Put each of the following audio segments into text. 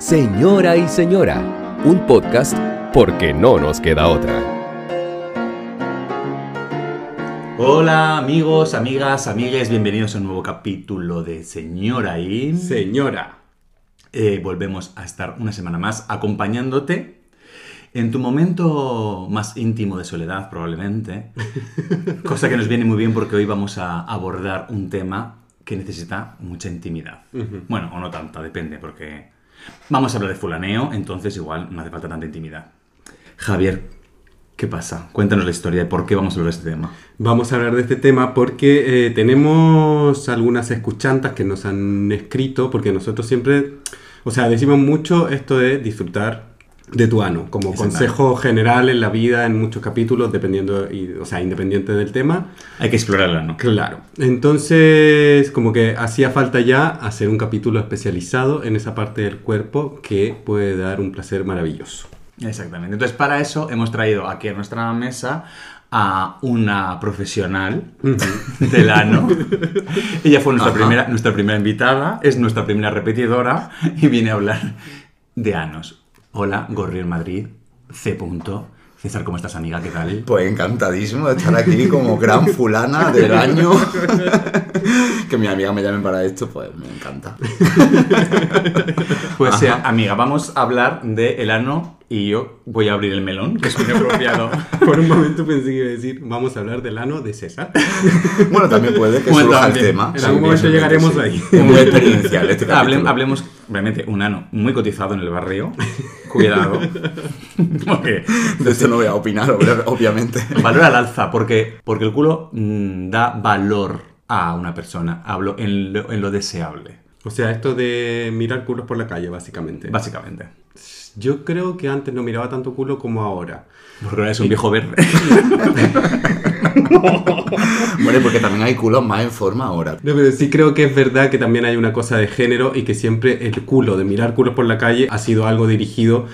Señora y Señora, un podcast porque no nos queda otra. Hola amigos, amigas, amigues, bienvenidos a un nuevo capítulo de Señora y Señora. Volvemos a estar una semana más acompañándote en tu momento más íntimo de soledad, probablemente. Cosa que nos viene muy bien porque hoy vamos a abordar un tema que necesita mucha intimidad. Bueno, o no tanta, depende, porque vamos a hablar de fulaneo, entonces igual no hace falta tanta intimidad. Javier, ¿qué pasa? Cuéntanos la historia de por qué vamos a hablar de este tema. Vamos a hablar de este tema porque tenemos algunas escuchantas que nos han escrito, porque nosotros siempre, decimos mucho esto de disfrutar de tu ano, como consejo general en la vida, en muchos capítulos, independiente del tema. Hay que explorar el ano. Claro. Entonces, como que hacía falta ya hacer un capítulo especializado en esa parte del cuerpo que puede dar un placer maravilloso. Exactamente. Entonces, para eso hemos traído aquí a nuestra mesa a una profesional del ano. Ella fue nuestra primera invitada, es nuestra primera repetidora y viene a hablar de anos. Hola, Gorriel Madrid, C. César, ¿cómo estás, amiga? ¿Qué tal? Pues encantadísimo de estar aquí como gran fulana del año. Que mi amiga me llamen para esto, pues me encanta. Pues amiga, vamos a hablar del ano y yo voy a abrir el melón, que es muy apropiado. Por un momento pensé que iba a decir, vamos a hablar del ano de César. Bueno, también puede que surja el tema. En algún momento llegaremos ahí. Es muy experiencial este capítulo. Hablemos, realmente, un ano muy cotizado en el barrio. Cuidado. Porque de esto no voy a opinar, obviamente. Valor al alza, porque el culo da valor a una persona. Hablo en lo deseable. O sea, esto de mirar culos por la calle, básicamente. Básicamente. Yo creo que antes no miraba tanto culo como ahora. Porque ahora es un viejo verde. Bueno, porque también hay culos más en forma ahora. No, pero sí creo que es verdad que también hay una cosa de género y que siempre el culo, de mirar culos por la calle, ha sido algo dirigido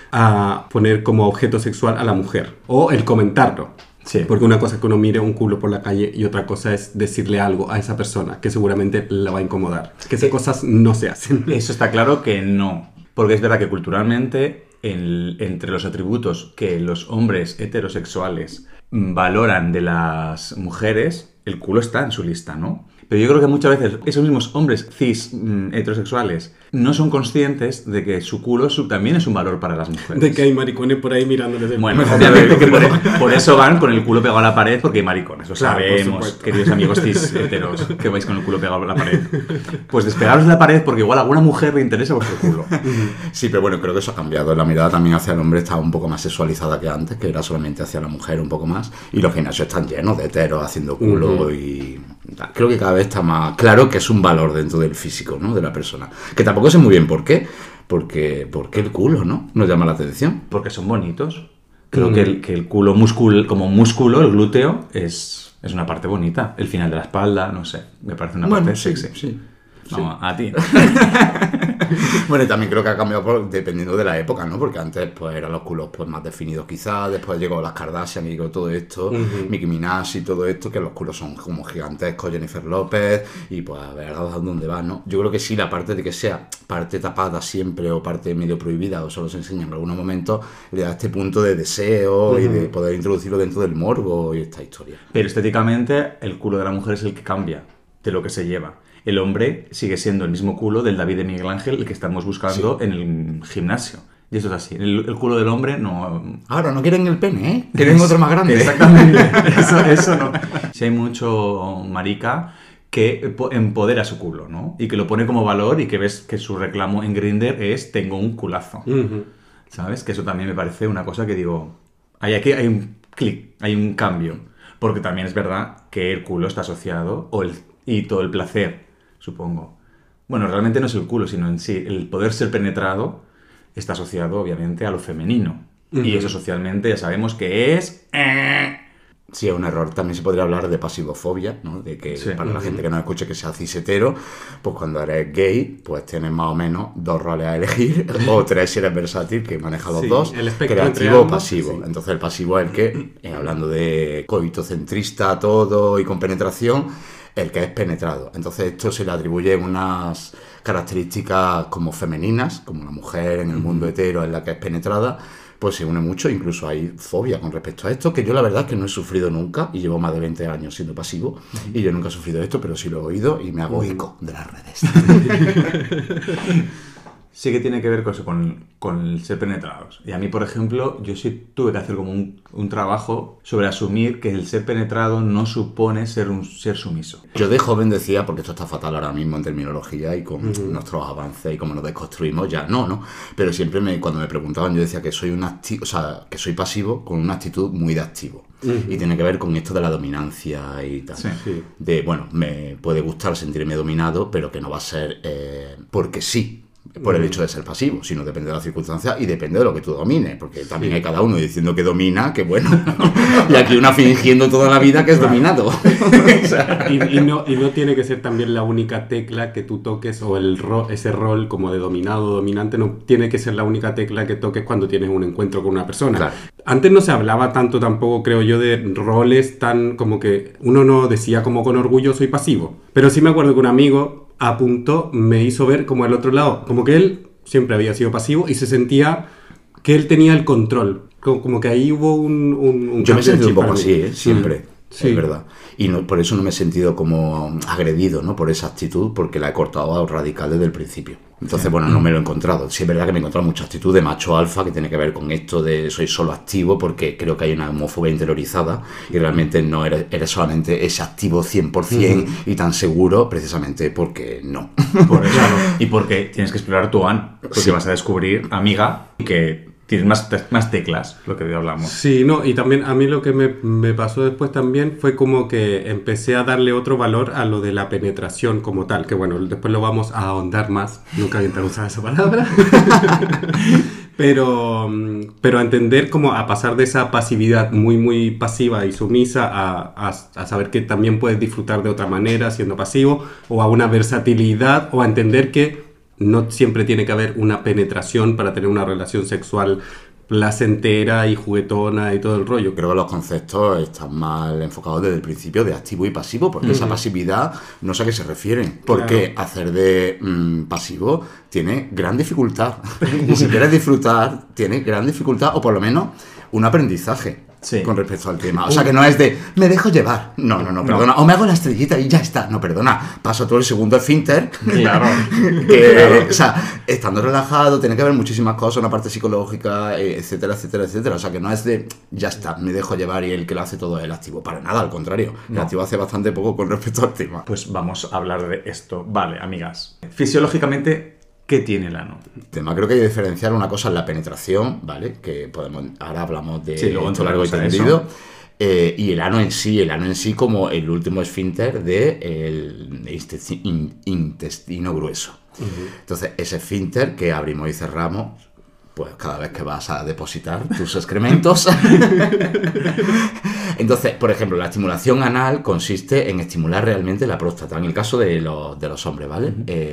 a poner como objeto sexual a la mujer. O el comentarlo. Sí. Porque una cosa es que uno mire un culo por la calle y otra cosa es decirle algo a esa persona que seguramente la va a incomodar. Que esas cosas no se hacen. Eso está claro que no. Porque es verdad que culturalmente, entre los atributos que los hombres heterosexuales valoran de las mujeres, el culo está en su lista, ¿no? Pero yo creo que muchas veces esos mismos hombres cis heterosexuales no son conscientes de que su culo también es un valor para las mujeres. De que hay maricones por ahí mirándoles. Bueno, obviamente que por eso van con el culo pegado a la pared, porque hay maricones. Lo sabemos, queridos amigos cis heteros, que vais con el culo pegado a la pared. Pues despegaros de la pared porque igual a alguna mujer le interesa vuestro culo. Sí, pero bueno, creo que eso ha cambiado. La mirada también hacia el hombre está un poco más sexualizada que antes, que era solamente hacia la mujer un poco más. Y los gimnasios están llenos de heteros haciendo culo y... Creo que cada vez está más claro que es un valor dentro del físico, ¿no? De la persona. Que tampoco sé muy bien por qué. Porque el culo, ¿no? Nos llama la atención. Porque son bonitos. Creo que el culo como músculo, el glúteo, es una parte bonita. El final de la espalda, no sé. Me parece una parte sexy. Sí. Vamos, a ti. Bueno, y también creo que ha cambiado dependiendo de la época, ¿no? Porque antes pues eran los culos pues más definidos quizás, después llegó las Kardashian y llegó todo esto, Nicki Minaj y todo esto, que los culos son como gigantescos, Jennifer López, y pues a ver a dónde va, ¿no? Yo creo que sí, la parte de que sea parte tapada siempre o parte medio prohibida o solo se enseña en algunos momentos, le da este punto de deseo y de poder introducirlo dentro del morbo y esta historia. Pero estéticamente el culo de la mujer es el que cambia de lo que se lleva. El hombre sigue siendo el mismo culo del David de Miguel Ángel, el que estamos buscando en el gimnasio. Y eso es así. El culo del hombre no... Ahora, no quieren el pene, ¿eh? Quieren otro más grande. Exactamente. Eso no. Si hay mucho marica que empodera su culo, ¿no? Y que lo pone como valor y que ves que su reclamo en Grindr es tengo un culazo. ¿Sabes? Que eso también me parece una cosa que digo... Aquí hay un clic, hay un cambio. Porque también es verdad que el culo está asociado, y todo el placer, supongo. Bueno, realmente no es el culo, sino en sí. El poder ser penetrado está asociado, obviamente, a lo femenino. Y eso socialmente ya sabemos que es... Sí, es un error. También se podría hablar de pasivofobia, ¿no? De que para la gente que no escuche que sea cisetero, pues cuando eres gay, pues tienes más o menos 2 roles a elegir, o 3 si eres versátil, que maneja los dos, creativo o pasivo. Sí. Entonces el pasivo es el que, hablando de coitocentrista todo y con penetración, el que es penetrado. Entonces esto se le atribuye unas características como femeninas, como la mujer en el mundo hetero en la que es penetrada, pues se une mucho, incluso hay fobia con respecto a esto, que yo la verdad es que no he sufrido nunca, y llevo más de 20 años siendo pasivo, y yo nunca he sufrido esto, pero sí lo he oído y me hago eco de las redes. Sí que tiene que ver con eso, con el ser penetrados. Y a mí, por ejemplo, yo sí tuve que hacer como un trabajo sobre asumir que el ser penetrado no supone ser un ser sumiso. Yo de joven decía, porque esto está fatal ahora mismo en terminología y con nuestros avances y cómo nos desconstruimos, ya no. Pero siempre cuando me preguntaban yo decía que soy que soy pasivo con una actitud muy de activo. Y tiene que ver con esto de la dominancia y tal. Sí. De, bueno, me puede gustar sentirme dominado, pero que no va a ser porque sí. Por el hecho de ser pasivo, sino depende de las circunstancias y depende de lo que tú domines, porque también hay cada uno diciendo que domina, que bueno, y aquí una fingiendo toda la vida que es dominado. O sea, y no tiene que ser también la única tecla que tú toques, o ese rol como de dominado o dominante, no tiene que ser la única tecla que toques cuando tienes un encuentro con una persona. Claro. Antes no se hablaba tanto tampoco, creo yo, de roles tan como que uno no decía como con orgullo soy pasivo, pero sí me acuerdo que un amigo a punto me hizo ver como el otro lado, como que él siempre había sido pasivo y se sentía que él tenía el control, como que ahí hubo un yo me he sentido un poco para mí. así, siempre, Sí. es verdad, y por eso no me he sentido como agredido, ¿no? Por esa actitud, porque la he cortado a radical desde el principio. Entonces, bueno, no me lo he encontrado. Sí es verdad que me he encontrado mucha actitud de macho alfa que tiene que ver con esto de soy solo activo, porque creo que hay una homofobia interiorizada y realmente no eres solamente ese activo 100% y tan seguro, precisamente porque no. Por eso, y porque tienes que explorar tu ano, porque vas a descubrir, amiga, que tienes más teclas, lo que hoy hablamos. Sí, no, y también a mí lo que me pasó después también fue como que empecé a darle otro valor a lo de la penetración como tal, que bueno, después lo vamos a ahondar más, nunca había usado esa palabra, pero a entender como a pasar de esa pasividad muy muy pasiva y sumisa a saber que también puedes disfrutar de otra manera siendo pasivo, o a una versatilidad, o a entender que no siempre tiene que haber una penetración para tener una relación sexual placentera y juguetona y todo el rollo. Creo que los conceptos están mal enfocados desde el principio de activo y pasivo, porque esa pasividad no sé a qué se refieren. Porque hacer de pasivo tiene gran dificultad. Y si quieres disfrutar, tiene gran dificultad, o por lo menos un aprendizaje. Sí. Con respecto al tema. O sea, que no es de, me dejo llevar. No, perdona. O me hago la estrellita y ya está. No, perdona. Paso todo el segundo esfínter. Claro. Claro. O sea, estando relajado, tiene que haber muchísimas cosas, una parte psicológica, etcétera, etcétera, etcétera. O sea, que no es de, ya está, me dejo llevar y el que lo hace todo es el activo. Para nada, al contrario. El activo hace bastante poco con respecto al tema. Pues vamos a hablar de esto. Vale, amigas. Fisiológicamente, ¿qué tiene el ano? Tema, creo que hay que diferenciar una cosa en la penetración, ¿vale? Que podemos, ahora hablamos de luego esto largo y entramos a tendido. Y el ano en sí como el último esfínter del intestino grueso. Entonces, ese esfínter que abrimos y cerramos, pues cada vez que vas a depositar tus excrementos. Entonces, por ejemplo, la estimulación anal consiste en estimular realmente la próstata. En el caso de los hombres, ¿vale?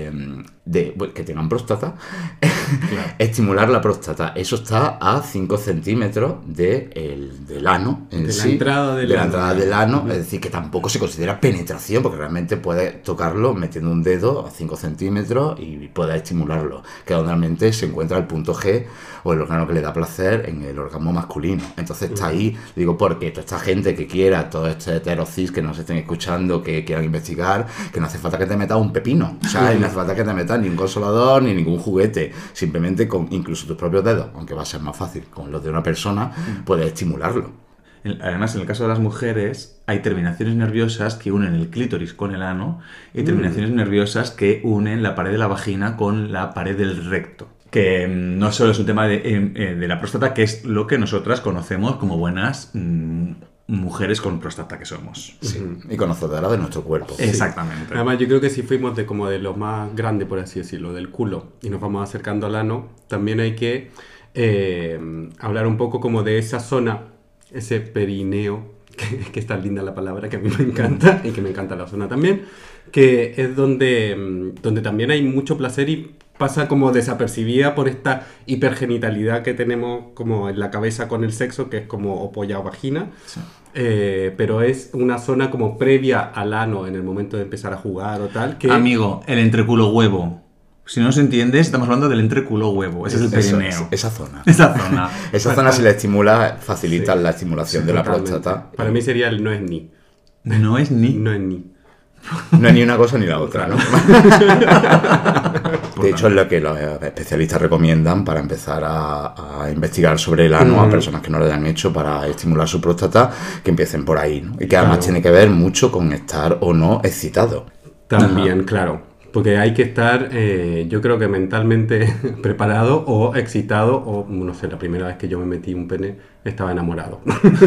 Que tengan próstata, estimular la próstata. Eso está a 5 centímetros del ano en sí. De la entrada del ano. Es decir, que tampoco se considera penetración, porque realmente puedes tocarlo metiendo un dedo a 5 centímetros y puedes estimularlo. Que normalmente se encuentra el punto G, o el órgano que le da placer en el orgasmo masculino. Entonces está ahí, digo, porque toda esta gente que quiera, todo este heterocis que nos estén escuchando, que quieran investigar, que no hace falta que te metas un pepino, ¿sabes? No hace falta que te metas ni un consolador ni ningún juguete, simplemente con incluso tus propios dedos, aunque va a ser más fácil, con los de una persona, puedes estimularlo. Además, en el caso de las mujeres, hay terminaciones nerviosas que unen el clítoris con el ano y terminaciones nerviosas que unen la pared de la vagina con la pared del recto. Que no solo es un tema de la próstata, que es lo que nosotras conocemos como buenas mujeres con próstata que somos. Sí, y conocedoras de nuestro cuerpo. Exactamente. Además, yo creo que si fuimos de lo más grande, por así decirlo, del culo, y nos vamos acercando al ano, también hay que hablar un poco como de esa zona, ese perineo, que es tan linda la palabra, que a mí me encanta, y que me encanta la zona también, que es donde también hay mucho placer y pasa como desapercibida por esta hipergenitalidad que tenemos como en la cabeza con el sexo, que es como o polla o vagina. Sí. Pero es una zona como previa al ano en el momento de empezar a jugar o tal. Que... Amigo, el entreculo huevo. Si no se entiende, estamos hablando del entreculo huevo. Ese es el perineo. Esa zona. Esa zona. Esa zona si la estimula, facilita la estimulación de la totalmente. próstata. Para mí sería el no es ni. No es ni... No es ni. No es ni una cosa ni la otra, ¿no? De hecho, es lo que los especialistas recomiendan para empezar a investigar sobre el ano a personas que no lo hayan hecho para estimular su próstata, que empiecen por ahí, ¿no? Y que además tiene que ver mucho con estar o no excitado. También, claro. Porque hay que estar, yo creo que mentalmente preparado o excitado, o no sé, la primera vez que yo me metí un pene estaba enamorado.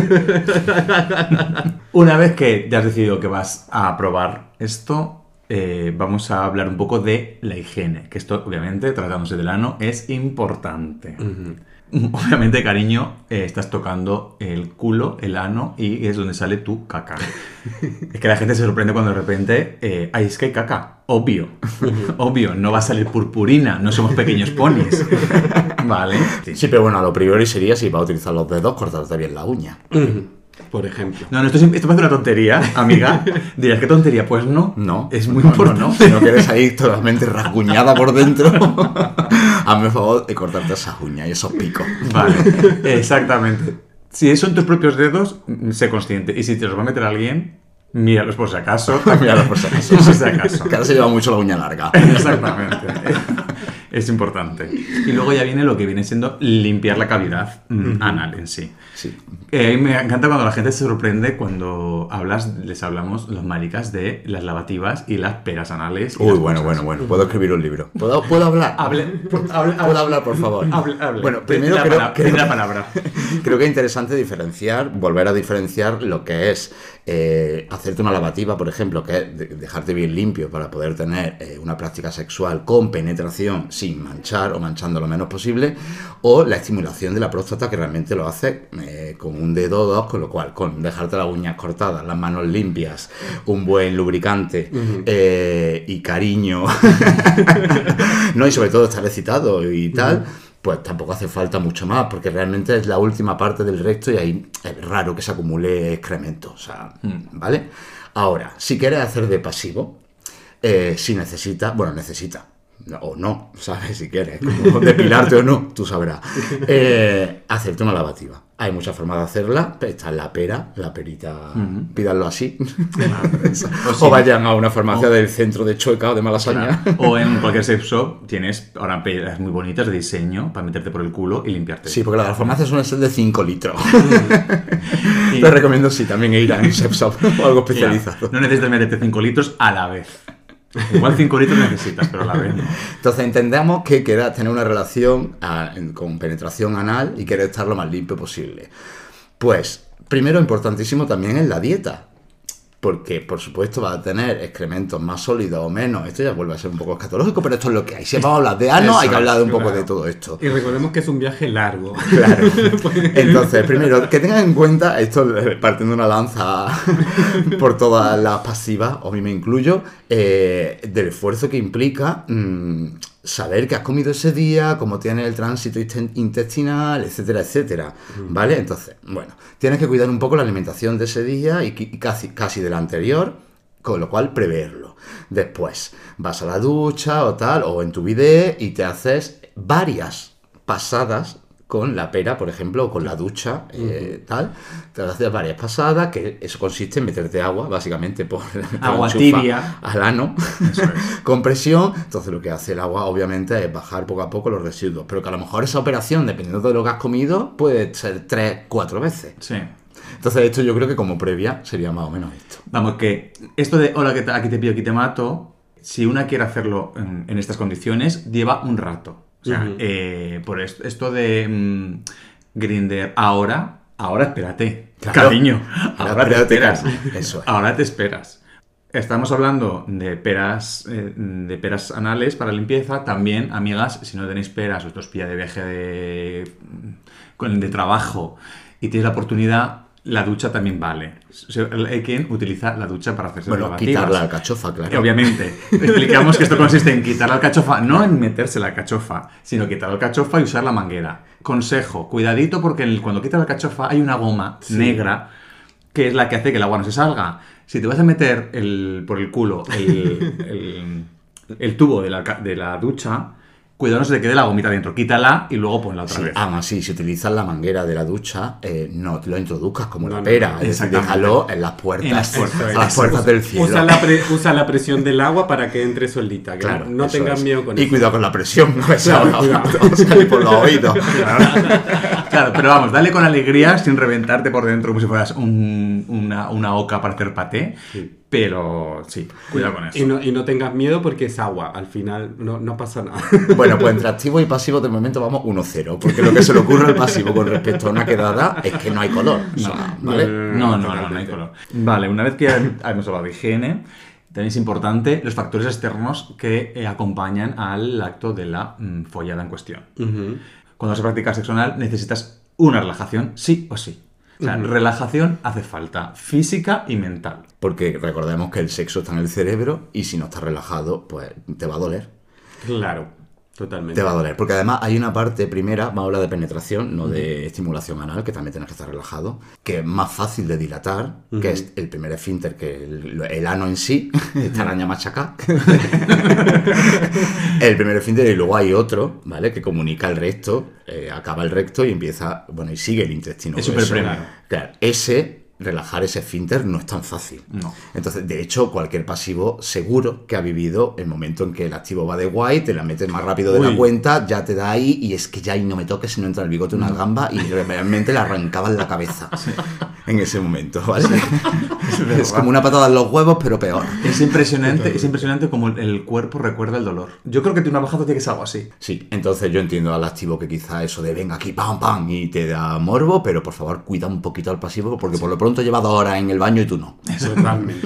Una vez que ya has decidido que vas a probar esto, vamos a hablar un poco de la higiene, que esto, obviamente, tratándose del ano, es importante. Obviamente, cariño, estás tocando el culo, el ano, y es donde sale tu caca. Es que la gente se sorprende cuando de repente, ¡ay, es que hay caca! Obvio, obvio, no va a salir purpurina, no somos pequeños ponis. Vale. Sí, pero bueno, a lo priori sería, si vas a utilizar los dedos, cortarte bien la uña. Por ejemplo. No, esto parece una tontería, amiga. Dirás, ¿qué tontería? Pues no. No. Es muy importante. No. Si no quieres ahí totalmente rasguñada por dentro, hazme el favor de cortarte esas uñas y esos picos. Vale, exactamente. Si son tus propios dedos, sé consciente. Y si te los va a meter alguien, míralos por si acaso. Míralos por si acaso. Por si acaso. Que ahora se lleva mucho la uña larga. Exactamente. Es importante. Y luego ya viene lo que viene siendo limpiar la cavidad anal en sí. Sí. Me encanta cuando la gente se sorprende cuando les hablamos, los maricas, de las lavativas y las peras anales. Uy, bueno. Puedo escribir un libro. ¿Puedo hablar? ¿Puedo hablar, por favor? Hable. Bueno, primero creo la palabra. Creo que es interesante volver a diferenciar lo que es hacerte una lavativa, por ejemplo, que es dejarte bien limpio para poder tener una práctica sexual con penetración sin manchar o manchando lo menos posible, o la estimulación de la próstata, que realmente lo hace con un dedo o dos, con lo cual, con dejarte las uñas cortadas, las manos limpias, un buen lubricante y cariño, no, y sobre todo estar excitado y tal, pues tampoco hace falta mucho más, porque realmente es la última parte del recto y ahí es raro que se acumule excremento, o sea, ¿vale? Ahora, si quieres hacer de pasivo, si necesita, o no, ¿sabes? Si quieres, como depilarte o no, tú sabrás. Hacerte una lavativa. Hay muchas formas de hacerla. Está en la perita, pídanlo así. O vayan a una farmacia del centro de Chueca o de Malasaña. Claro. O en cualquier sex shop tienes ahora peras muy bonitas de diseño para meterte por el culo y limpiarte. Sí, porque las farmacias suelen ser de 5 litros. Te recomiendo, sí, también ir a un sex shop o algo especializado. Claro. No necesitas meterte 5 litros a la vez. Igual 5 litros necesitas, pero a la vez no. Entonces entendemos que quieras tener una relación con penetración anal y quieres estar lo más limpio posible. Pues, primero, importantísimo también es la dieta. Porque, por supuesto, va a tener excrementos más sólidos o menos. Esto ya vuelve a ser un poco escatológico, pero esto es lo que hay. Si vamos a hablar de ano, hay que hablar de un poco de todo esto. Y recordemos que es un viaje largo. Claro. Entonces, primero, que tengan en cuenta, esto partiendo una lanza por todas las pasivas, o a mí me incluyo, del esfuerzo que implica saber qué has comido ese día, cómo tienes el tránsito intestinal, etcétera, etcétera. ¿Vale? Entonces, bueno, tienes que cuidar un poco la alimentación de ese día y casi del anterior, con lo cual preverlo. Después, vas a la ducha o tal, o en tu bidet y te haces varias pasadas con la pera, por ejemplo, o con la ducha, tal. Te haces varias pasadas, que eso consiste en meterte agua, básicamente, por agua tibia al ano, con presión. Entonces lo que hace el agua, obviamente, es bajar poco a poco los residuos. Pero que a lo mejor esa operación, dependiendo de lo que has comido, puede ser 3-4 veces. Sí. Entonces esto yo creo que como previa sería más o menos esto. Vamos, que esto de hola, aquí te pillo, aquí te mato, si una quiere hacerlo en estas condiciones, lleva un rato. O sea, por esto de Grindr, ahora espérate, claro, cariño, ahora te esperas. Eso es. Ahora te esperas. Estamos hablando de peras anales para limpieza. También, amigas, si no tenéis peras o os pilla de viaje de trabajo y tienes la oportunidad, la ducha también vale. O sea, hay quien utiliza la ducha para hacerse lavativas. Quitar la alcachofa, claro. Obviamente. Explicamos que esto consiste en quitar la alcachofa, no en meterse la alcachofa, sino quitar la alcachofa y usar la manguera. Consejo, cuidadito porque cuando quitas la alcachofa hay una goma negra que es la que hace que el agua no se salga. Si te vas a meter por el culo el tubo de la ducha, cuidado no se te quede la gomita dentro, quítala y luego ponla otra vez. Aún así, si utilizas la manguera de la ducha, no te lo introduzcas como la pera, es decir, déjalo en las puertas, a las puertas del cielo. Usa la presión del agua para que entre solita, que claro, no tengas miedo con eso. Y cuidado con la presión, no es ahora, por los oídos. Claro, pero vamos, dale con alegría sin reventarte por dentro como si fueras una oca para hacer paté. Sí. Pero sí, cuidado con eso. Y no tengas miedo porque es agua, al final no pasa nada. Bueno, pues entre activo y pasivo de momento vamos 1-0, porque lo que se le ocurre al pasivo con respecto a una quedada es que no hay color. ¿Vale? No hay color. Vale, una vez que hemos hablado de higiene, también es importante los factores externos que acompañan al acto de la follada en cuestión. Uh-huh. Cuando se practica sexo anal necesitas una relajación, sí o sí. O sea, relajación hace falta, física y mental. Porque recordemos que el sexo está en el cerebro y si no estás relajado, pues te va a doler. Claro, totalmente. Te va a doler. Porque además hay una parte primera, vamos a hablar de penetración, no de estimulación anal, que también tienes que estar relajado, que es más fácil de dilatar, que es el primer esfínter, que el ano en sí, esta araña machaca. El primer esfínter y luego hay otro, ¿vale? Que comunica el recto, acaba el recto y empieza, y sigue el intestino. Es súper premio. Claro, relajar ese esfínter no es tan fácil. No. Entonces, de hecho, cualquier pasivo seguro que ha vivido el momento en que el activo va de guay, te la metes más rápido de la cuenta, ya te da ahí y es que ya ahí no me toques si no entra el bigote una gamba y realmente le arrancaban la cabeza en ese momento, ¿vale? Es como una patada en los huevos, pero peor. Es impresionante como el cuerpo recuerda el dolor. Yo creo que una bajada tiene que ser algo así. Sí, entonces yo entiendo al activo que quizá eso de venga aquí, pam, pam, y te da morbo, pero por favor cuida un poquito al pasivo porque por lo pronto lleva 2 horas en el baño y tú no. Totalmente.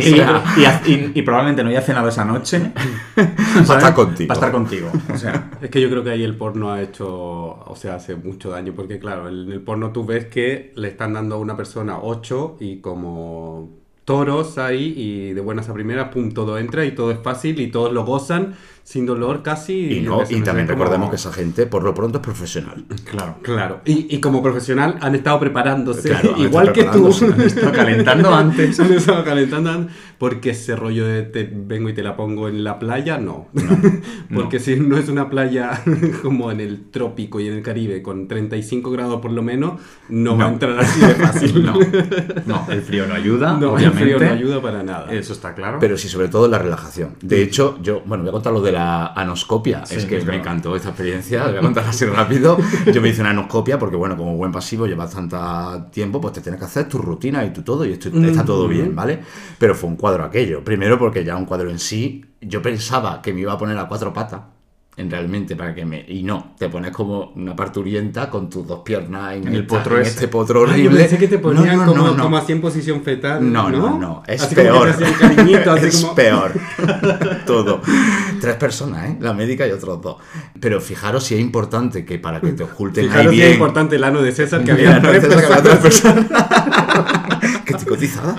Y probablemente no haya cenado esa noche para estar contigo. Para estar contigo. O sea, es que yo creo que ahí el porno hace mucho daño porque claro, en el porno tú ves que le están dando a una persona 8 y como toros ahí y de buenas a primeras, pum, todo entra y todo es fácil y todos lo gozan sin dolor casi. Y también recordemos que esa gente por lo pronto es profesional. Claro. Y como profesional han estado preparándose, igual que tú. Han estado calentando antes. Porque ese rollo de te vengo y te la pongo en la playa, no. Porque si no es una playa como en el trópico y en el Caribe con 35 grados por lo menos, no va a entrar así de fácil. No, el frío no ayuda, obviamente. El frío no ayuda para nada. Eso está claro. Pero sí, sobre todo la relajación. De hecho, voy a contar lo de la anoscopia. Sí, es que me encantó esta experiencia. Voy a contarla así rápido. Yo me hice una anoscopia porque, como buen pasivo llevas tanto tiempo, pues te tienes que hacer tu rutina y tu todo y está todo bien, ¿vale? Pero fue un cuadro aquello. Primero porque ya un cuadro en sí, yo pensaba que me iba a poner a 4 patas. Realmente y no, te pones como una parturienta con tus 2 piernas en este potro horrible. Yo pensé que te ponían como así en posición fetal. No, es así peor. Es peor. Todo. 3 personas, la médica y otros 2. Pero fijaros si es importante que para que te oculten ahí bien. Fijaros si es importante el ano de César que había 3 personas. Que estoy cotizada.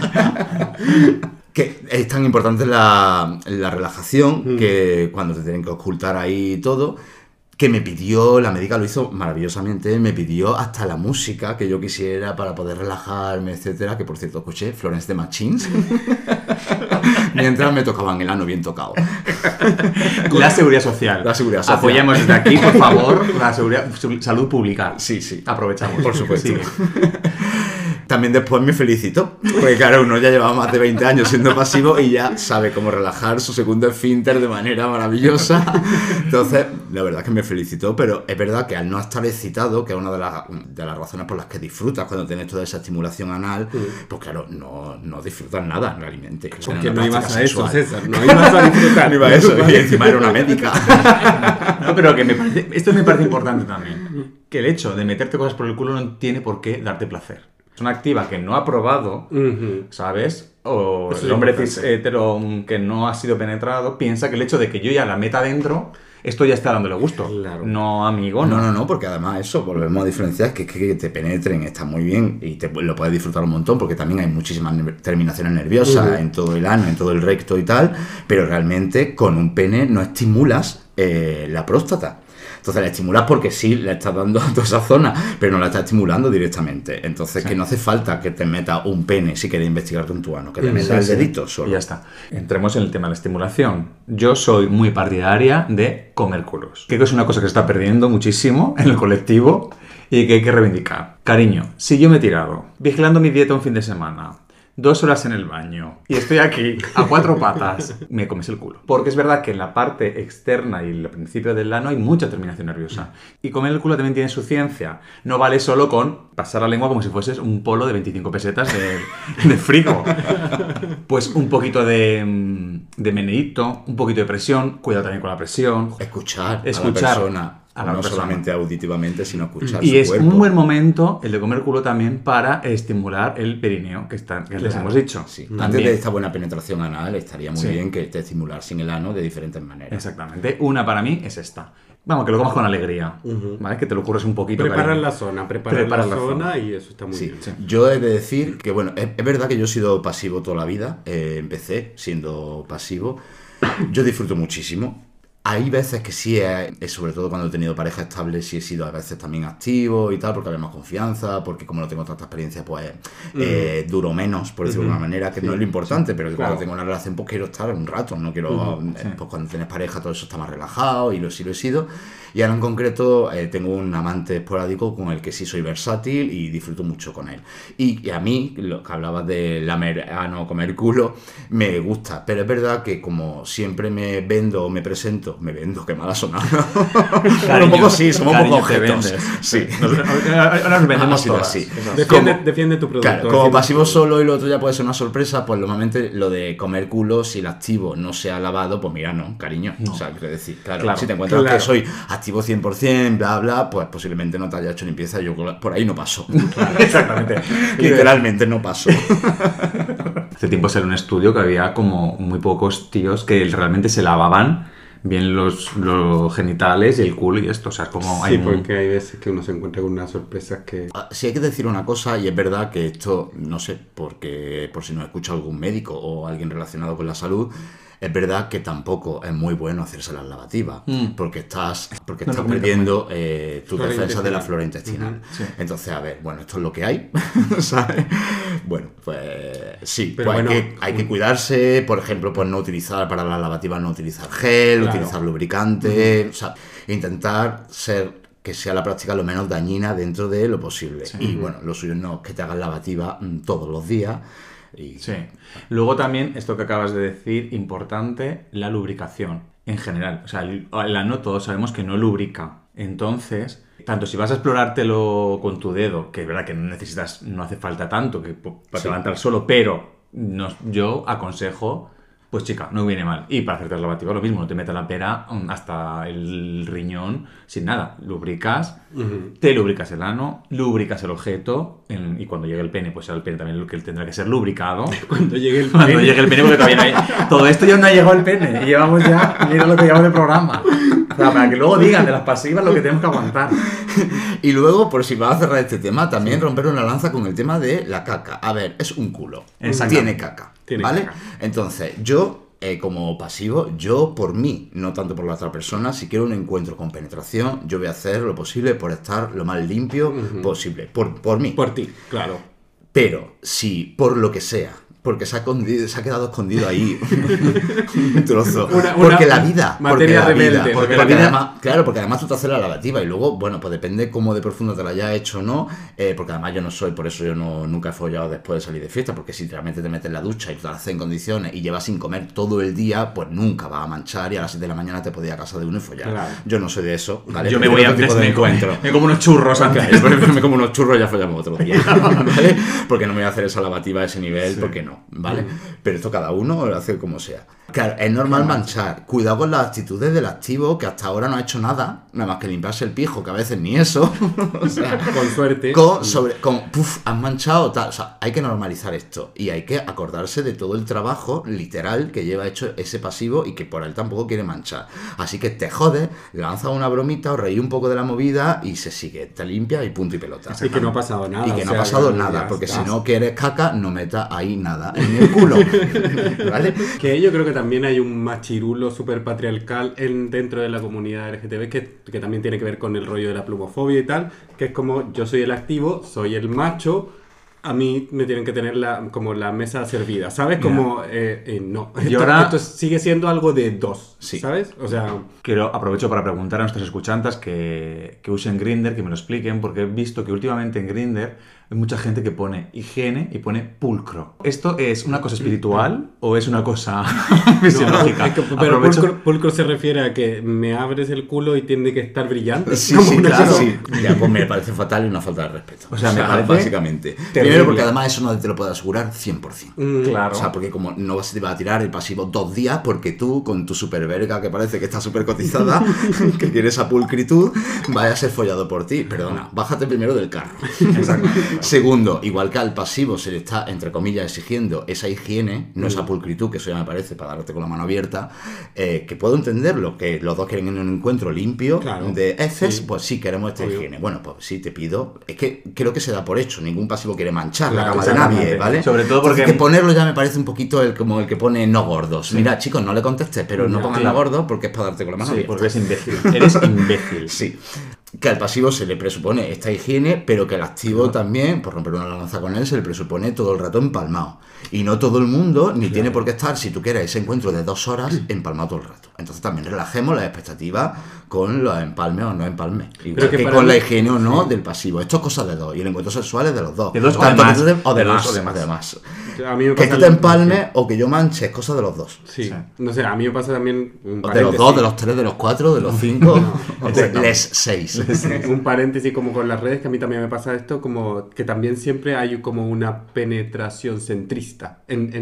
Que es tan importante la relajación que cuando te tienen que ocultar ahí todo, que me pidió, la médica lo hizo maravillosamente, me pidió hasta la música que yo quisiera para poder relajarme, etcétera, que por cierto escuché Florence the Machines mientras me tocaban el ano bien tocado. La seguridad social. Apoyamos desde aquí, por favor, la salud pública. Sí. Aprovechamos. Por supuesto. Sí. También después me felicitó, porque claro, uno ya llevaba más de 20 años siendo pasivo y ya sabe cómo relajar su segundo esfínter de manera maravillosa. Entonces, la verdad es que me felicitó, pero es verdad que al no estar excitado, que es una de las razones por las que disfrutas cuando tienes toda esa estimulación anal, pues claro, no disfrutas nada realmente. Porque no ibas a eso, César, no ibas a disfrutar. No iba a eso, y encima era una médica. No, pero que esto me parece importante también, que el hecho de meterte cosas por el culo no tiene por qué darte placer. Es una activa que no ha probado, ¿sabes? O el hombre cis hetero que no ha sido penetrado piensa que el hecho de que yo ya la meta dentro esto ya está dándole gusto. Claro. No, amigo, No, porque además eso, volvemos a diferenciar, es que te penetren está muy bien y lo puedes disfrutar un montón, porque también hay muchísimas terminaciones nerviosas en todo el ano, en todo el recto y tal, pero realmente con un pene no estimulas la próstata. Entonces la estimulas porque sí, le estás dando a toda esa zona, pero no la estás estimulando directamente. Entonces que no hace falta que te metas un pene si quieres investigar con tu ano, que te metas el dedito solo. Y ya está. Entremos en el tema de la estimulación. Yo soy muy partidaria de comer culos. Creo que es una cosa que se está perdiendo muchísimo en el colectivo y que hay que reivindicar. Cariño, si yo me he tirado vigilando mi dieta un fin de semana, 2 horas en el baño y estoy aquí a 4 patas, me comes el culo. Porque es verdad que en la parte externa y el principio del ano hay mucha terminación nerviosa. Y comer el culo también tiene su ciencia. No vale solo con pasar la lengua como si fueses un polo de 25 pesetas de frigo. Pues un poquito de meneíto, un poquito de presión, cuidado también con la presión. Escuchar a la persona. No solamente auditivamente, sino escuchar y su es cuerpo. un buen momento el de comer culo también para estimular el perineo, que les hemos dicho. Sí. También. Antes de esta buena penetración anal, estaría muy bien que te estimular sin el ano de diferentes maneras. Exactamente. Una para mí es esta. Vamos, que lo comas con alegría, ¿vale? Que te lo curres un poquito. Preparar la zona y eso está muy bien. Sí. Yo he de decir que, bueno, es verdad que yo he sido pasivo toda la vida. Empecé siendo pasivo. Yo disfruto muchísimo. Hay veces que sí, sobre todo cuando he tenido pareja estable, sí he sido a veces también activo y tal, porque había más confianza, porque como no tengo tanta experiencia, pues duro menos, por decirlo de alguna manera, que no es lo importante, pero que cuando tengo una relación, pues quiero estar un rato, no quiero, pues cuando tienes pareja todo eso está más relajado y sí lo he sido. Y ahora en concreto tengo un amante esporádico con el que sí soy versátil y disfruto mucho con él. Y a mí, lo que hablabas de lamer ano, comer culo, me gusta, pero es verdad que como siempre me vendo o me presento, qué mala sonada. Cariño, un poco sí, somos un poco objetos. Sí. Ahora nos vendemos sido todas. así. Defiende tu producto. Claro, como pasivo solo y lo otro ya puede ser una sorpresa, pues normalmente lo de comer culo, si el activo no se ha lavado, pues mira, no, cariño. No. O sea, quiero decir, claro, si te encuentras que soy activo 100%, bla, bla, pues posiblemente no te haya hecho limpieza, yo por ahí no paso. Exactamente. Literalmente no paso. Hace tiempo salió un estudio que había como muy pocos tíos que realmente se lavaban bien los genitales y el culo y esto, o sea, es como... Sí, porque hay veces que uno se encuentra con unas sorpresas que... Sí, hay que decir una cosa, y es verdad que esto, no sé, porque por si nos escucha algún médico o alguien relacionado con la salud, es verdad que tampoco es muy bueno hacerse las lavativas, porque estás perdiendo tu defensa de la flora intestinal. Sí. Entonces, a ver, bueno, esto es lo que hay, ¿sabes? Bueno, pues sí, pero pues bueno, hay que cuidarse, por ejemplo, pues no utilizar para las lavativas, no utilizar gel, utilizar lubricante, o sea, intentar que sea la práctica lo menos dañina dentro de lo posible. Sí. Y bueno, lo suyo no es que te hagas lavativa todos los días. Sí. Luego también, esto que acabas de decir, importante, la lubricación en general. O sea, el ano todos sabemos que no lubrica. Entonces, tanto si vas a explorártelo con tu dedo, que es verdad que no hace falta tanto que para levantar solo, pero yo aconsejo, pues chica, no viene mal. Y para hacerte la lavativa lo mismo, no te metas la pera hasta el riñón sin nada. Lubricas, te lubricas el ano, lubricas el objeto y cuando llegue el pene, pues será el pene también lo que tendrá que ser lubricado. Cuando llegue el pene, porque todavía no hay... Todo esto ya no ha llegado el pene y llevamos ya, mira lo que llevamos de programa. O sea, para que luego digan de las pasivas lo que tenemos que aguantar. Y luego, por si vas a cerrar este tema, también romper una lanza con el tema de la caca. A ver, es un culo. Tiene caca. ¿Vale? Caca. Entonces, yo, como pasivo, yo por mí, no tanto por la otra persona, si quiero un encuentro con penetración, yo voy a hacer lo posible por estar lo más limpio posible. Por mí. Por ti, claro. Pero si por lo que sea, porque se ha quedado escondido ahí un trozo. Porque la vida. Materia rebelde. Porque la vida, claro, porque además tú te haces la lavativa y luego, bueno, pues depende cómo de profundo te la hayas hecho o no. Porque además yo no soy, por eso yo nunca he follado después de salir de fiesta. Porque si realmente te metes en la ducha y te la haces en condiciones y llevas sin comer todo el día, pues nunca vas a manchar y a las 7 de la mañana te podías ir a casa de uno y follar. Claro. Yo no soy de eso, ¿vale? Yo me voy antes de encuentro. Me como unos churros antes. Me como unos churros y ya follamos otro día, ¿vale? Porque no me voy a hacer esa lavativa a ese nivel, porque no, ¿vale? Pero esto cada uno lo hace como sea. Claro, es normal manchar. Cuidado con las actitudes del activo, que hasta ahora no ha hecho nada más que limpiarse el pijo, que a veces ni eso. O sea, con suerte. Has manchado, tal. O sea, hay que normalizar esto. Y hay que acordarse de todo el trabajo literal que lleva hecho ese pasivo y que por él tampoco quiere manchar. Así que te jodes, lanzas una bromita, os reí un poco de la movida y se sigue. Te limpia y punto y pelota. Y que no ha pasado nada. Y que no ha pasado nada, porque si no quieres caca, no metas ahí nada en el culo. ¿Vale? Que yo creo que también hay un machirulo súper patriarcal dentro de la comunidad LGTB que también tiene que ver con el rollo de la plumofobia y tal, que es como yo soy el activo, soy el macho, a mí me tienen que tener como la mesa servida, ¿sabes? Como, no, esto sigue siendo algo de dos, sí. ¿sabes? O sea... Aprovecho para preguntar a nuestros escuchantes que usen Grindr, que me lo expliquen, porque he visto que últimamente en Grindr hay mucha gente que pone higiene y pone pulcro. ¿Esto es una cosa espiritual o es una cosa fisiológica? No, pero pulcro se refiere a que me abres el culo y tiene que estar brillante. Sí, claro. Sí. Ya, pues me parece fatal y una falta de respeto. O sea, me parece básicamente. terrible. Primero porque además eso no te lo puedo asegurar 100%. Claro. O sea, porque como no se te va a tirar el pasivo 2 días porque tú, con tu super verga que parece que está súper cotizada, que quieres a pulcritud, vaya a ser follado por ti. Perdona, bájate primero del carro. Exacto. Segundo, igual que al pasivo se le está, entre comillas, exigiendo esa higiene, no esa pulcritud, que eso ya me parece para darte con la mano abierta, que puedo entenderlo, que los dos quieren un encuentro limpio, claro, de heces, pues sí queremos esta higiene. Bueno, pues sí, te pido, es que creo que se da por hecho, ningún pasivo quiere manchar la cama de nadie, ¿vale? Sobre todo porque... Entonces, que ponerlo ya me parece un poquito como el que pone no gordos. Sí. Mira, chicos, no le contestes, pero no pongas la gordo porque es para darte con la mano abierta. Porque es imbécil. Eres imbécil. Sí. Que al pasivo se le presupone esta higiene, pero que al activo también, por romper una lanza con él, se le presupone todo el rato empalmado. Y no todo el mundo ni tiene por qué estar, si tú quieres, ese encuentro de 2 horas empalmado todo el rato. Entonces también relajemos las expectativas con los empalmes o no empalmes. Igual que con la higiene o no del pasivo. Esto es cosa de dos. Y el encuentro sexual es de los dos. De dos o de más. A mí me pasa que tú te empalmes o que yo manche es cosa de los dos. Sí. No sé, a mí me pasa también... De los 2, de los 3, de los 4, de los 5, les 6. Un paréntesis como con las redes, que a mí también me pasa esto, como que también siempre hay como una penetración centrista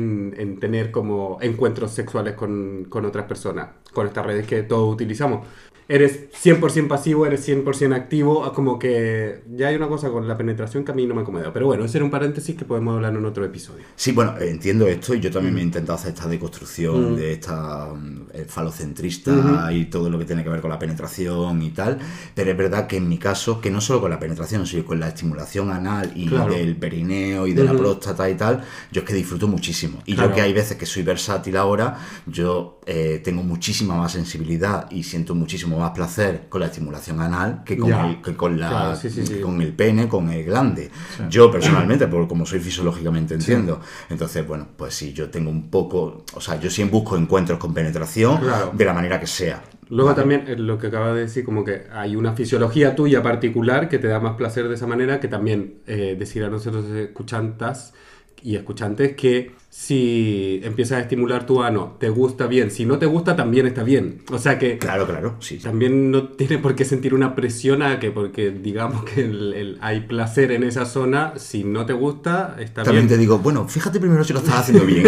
en tener como encuentros sexuales con otras personas, con estas redes que todos utilizamos. Eres 100% pasivo, eres 100% activo, como que ya hay una cosa con la penetración que a mí no me acomoda. Pero bueno, ese era un paréntesis que podemos hablar en otro episodio. Sí, bueno, entiendo esto y yo también me he intentado hacer esta deconstrucción de esta falocentrista y todo lo que tiene que ver con la penetración y tal, pero es verdad que en mi caso, que no solo con la penetración, sino con la estimulación anal y del perineo y de la próstata y tal, yo es que disfruto muchísimo. Y yo que hay veces que soy versátil ahora, yo tengo muchísima más sensibilidad y siento muchísimo más placer con la estimulación anal que con el pene, con el glande. Sí. Yo personalmente, por como soy fisiológicamente, entiendo. Sí. Entonces, bueno, pues sí, yo tengo un poco, o sea, yo sí busco encuentros con penetración de la manera que sea. Luego también lo que acabas de decir, como que hay una fisiología tuya particular que te da más placer de esa manera, que también decir a nosotros escuchantes que si empiezas a estimular tu ano, te gusta bien. Si no te gusta, también está bien. O sea que... Claro, sí. También no tienes por qué sentir una presión a que porque digamos que hay placer en esa zona, si no te gusta, está también bien. También te digo, bueno, fíjate primero si lo estás haciendo bien.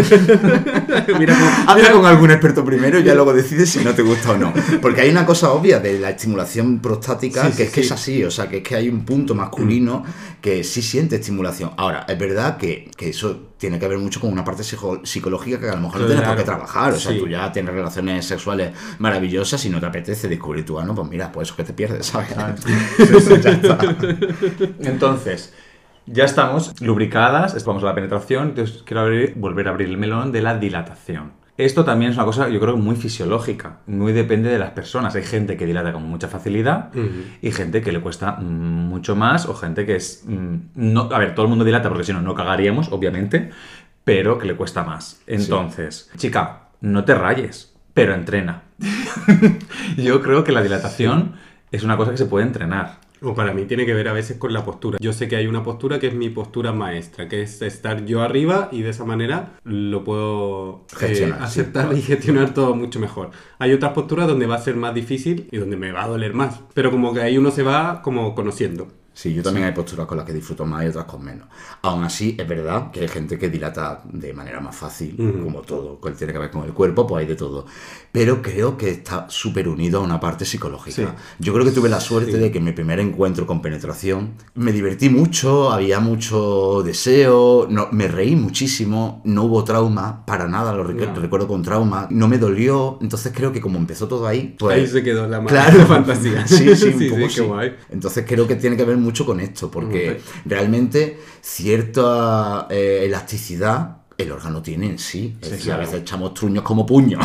Habla con algún experto primero y ya luego decides si no te gusta o no. Porque hay una cosa obvia de la estimulación prostática que es así. O sea, que es que hay un punto masculino que sí siente estimulación. Ahora, es verdad que eso tiene que ver mucho con una parte psicológica que a lo mejor no tienes por qué trabajar. O sea, tú ya tienes relaciones sexuales maravillosas y no te apetece descubrir tu ano, pues mira, pues eso que te pierdes, ¿sabes? Ya está. Entonces, ya estamos lubricadas, vamos a la penetración, entonces quiero volver a abrir el melón de la dilatación. Esto también es una cosa, yo creo, muy fisiológica, muy depende de las personas. Hay gente que dilata con mucha facilidad y gente que le cuesta mucho más, o gente que es... a ver, todo el mundo dilata porque si no, no cagaríamos, obviamente, pero que le cuesta más. Entonces, chica, no te rayes, pero entrena. Yo creo que la dilatación es una cosa que se puede entrenar. O para mí tiene que ver a veces con la postura. Yo sé que hay una postura que es mi postura maestra, que es estar yo arriba y de esa manera lo puedo aceptar y gestionar todo mucho mejor. Hay otras posturas donde va a ser más difícil y donde me va a doler más. Pero como que ahí uno se va como conociendo. Sí, yo también hay posturas con las que disfruto más y otras con menos. Aún así, es verdad que hay gente que dilata de manera más fácil, como todo, que tiene que ver con el cuerpo, pues hay de todo. Pero creo que está súper unido a una parte psicológica. Sí. Yo creo que tuve la suerte de que en mi primer encuentro con penetración me divertí mucho, había mucho deseo, me reí muchísimo, no hubo trauma, para nada lo recuerdo con trauma, no me dolió, entonces creo que como empezó todo ahí, pues... Ahí se quedó la claro, fantasía. Sí, un poco sí, sí. qué guay. Entonces creo que tiene que ver mucho con esto, porque realmente cierta elasticidad el órgano tiene en sí. Es decir, claro. A veces echamos truños como puños.